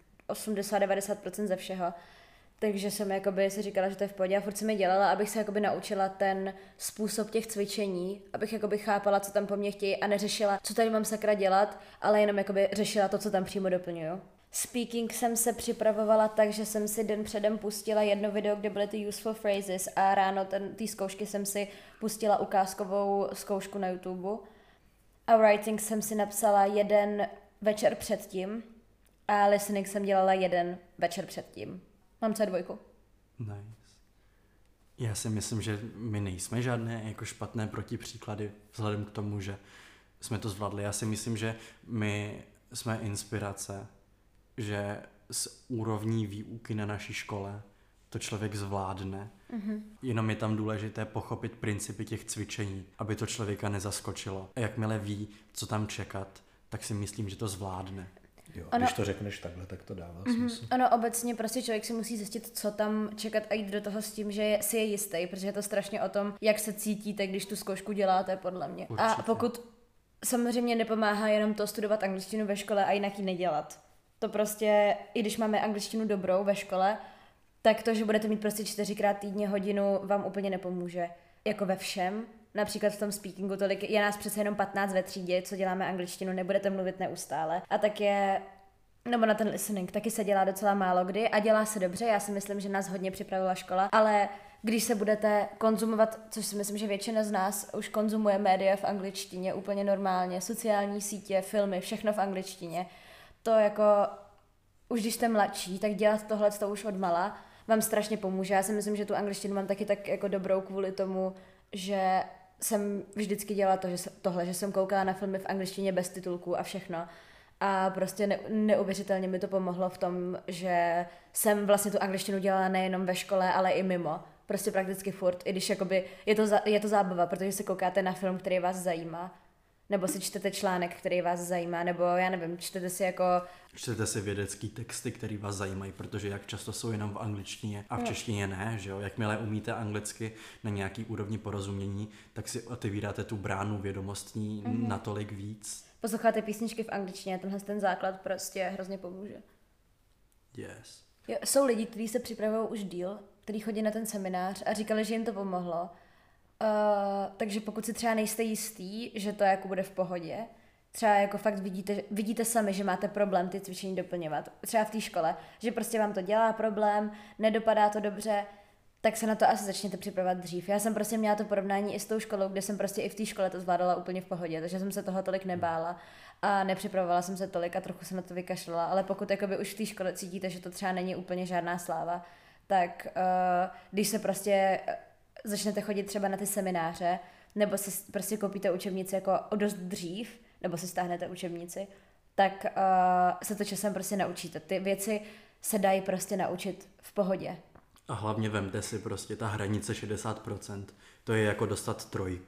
80-90% ze všeho, takže jsem jakoby si říkala, že to je v pohodě a furt jsem je dělala, abych se jakoby naučila ten způsob těch cvičení, abych jakoby chápala, co tam po mně chtějí a neřešila, co tady mám sakra dělat, ale jenom jakoby řešila to, co tam přímo doplňuju. Speaking jsem se připravovala tak, že jsem si den předem pustila jedno video, kde byly ty useful phrases a ráno té zkoušky jsem si pustila ukázkovou zkoušku na YouTube. A writing jsem si napsala jeden večer předtím a listening jsem dělala jeden večer předtím. Mám C2. Nice. Já si myslím, že my nejsme žádné jako špatné protipříklady vzhledem k tomu, že jsme to zvládli. Já si myslím, že my jsme inspirace, že s úrovní výuky na naší škole to člověk zvládne. Jenom je tam důležité pochopit principy těch cvičení, aby to člověka nezaskočilo. A jakmile ví, co tam čekat, tak si myslím, že to zvládne. Jo, když to řekneš takhle, tak to dává smysl. Ono obecně prostě člověk si musí zjistit, co tam čekat a jít do toho s tím, že si je jistý, protože je to strašně o tom, jak se cítíte, když tu zkoušku děláte, podle mě. Určitě. A pokud samozřejmě nepomáhá jenom to studovat angličtinu ve škole a jinak ji nedělat. To prostě, i když máme angličtinu dobrou ve škole, tak to, že budete mít prostě 4x týdně hodinu, vám úplně nepomůže. Jako ve všem. Například v tom speakingu tolik, je nás přece jenom 15 ve třídě, co děláme angličtinu, nebudete mluvit neustále. A tak je, nebo na ten listening, taky se dělá docela málo kdy a dělá se dobře, já si myslím, že nás hodně připravila škola, ale když se budete konzumovat, což si myslím, že většina z nás už konzumuje média v angličtině úplně normálně, sociální sítě, filmy, všechno v angličtině, to jako, už když jste mladší, tak dělat tohle to už odmala vám strašně pomůže. Já si myslím, že tu angličtinu mám taky tak jako dobrou kvůli tomu, že jsem vždycky dělala že jsem koukala na filmy v angličtině bez titulků a všechno. A prostě neuvěřitelně mi to pomohlo v tom, že jsem vlastně tu angličtinu dělala nejenom ve škole, ale i mimo. Prostě prakticky furt, i když jakoby je to zábava, protože se koukáte na film, který vás zajímá. Nebo si čtete článek, který vás zajímá, nebo já nevím, Čtete si vědecký texty, který vás zajímají, protože jak často jsou jenom v angličtině a v češtině ne, že jo? Jakmile umíte anglicky na nějaký úrovni porozumění, tak si otevíráte tu bránu vědomostní natolik víc. Posloucháte písničky v angličtině, ten základ prostě hrozně pomůže. Yes. Jo, jsou lidi, kteří se připravují už díl, kteří chodí na ten seminář a říkali, že jim to pomohlo. Takže pokud si třeba nejste jistý, že to jako bude v pohodě, třeba jako fakt vidíte sami, že máte problém ty cvičení doplňovat, třeba v té škole, že prostě vám to dělá problém, nedopadá to dobře, tak se na to asi začněte připravovat dřív. Já jsem prostě měla to porovnání i s tou školou, kde jsem prostě i v té škole to zvládala úplně v pohodě, takže jsem se toho tolik nebála a nepřipravovala jsem se tolik a trochu se na to vykašlala, ale pokud jakoby už v té škole cítíte, že to třeba není úplně žádná sláva, tak když se prostě začnete chodit třeba na ty semináře, nebo si prostě koupíte učebnici jako o dost dřív, nebo si stáhnete učebnici, tak se to časem prostě naučíte. Ty věci se dají prostě naučit v pohodě. A hlavně vemte si prostě ta hranice 60%, to je jako dostat 3.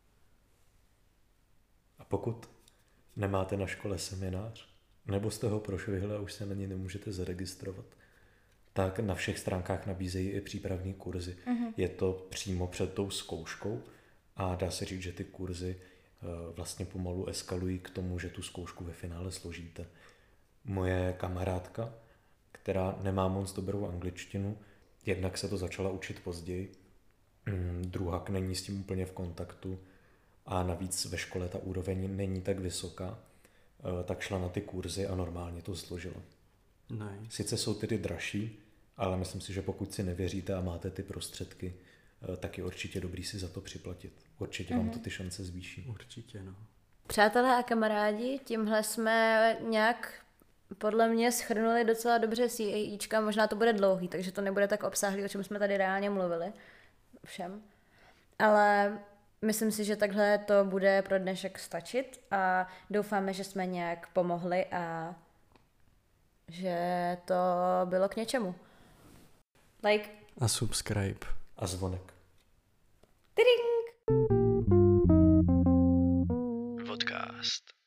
A pokud nemáte na škole seminář, nebo jste ho prošvihli a už se na něj nemůžete zaregistrovat, tak na všech stránkách nabízejí i přípravní kurzy. Je to přímo před tou zkouškou a dá se říct, že ty kurzy vlastně pomalu eskalují k tomu, že tu zkoušku ve finále složíte. Moje kamarádka, která nemá moc dobrou angličtinu, jednak se to začala učit později, druhak není s tím úplně v kontaktu a navíc ve škole ta úroveň není tak vysoká, tak šla na ty kurzy a normálně to složila. Nice. Sice jsou tedy dražší, ale myslím si, že pokud si nevěříte a máte ty prostředky, tak je určitě dobrý si za to připlatit. Určitě vám to ty šance zvýší. Určitě, no. Přátelé a kamarádi, tímhle jsme nějak podle mě shrnuli docela dobře CAIčka, možná to bude dlouhý, takže to nebude tak obsáhlý, o čem jsme tady reálně mluvili všem. Ale myslím si, že takhle to bude pro dnešek stačit a doufáme, že jsme nějak pomohli a že to bylo k něčemu. Like A subscribe. A zvonek. Tiding!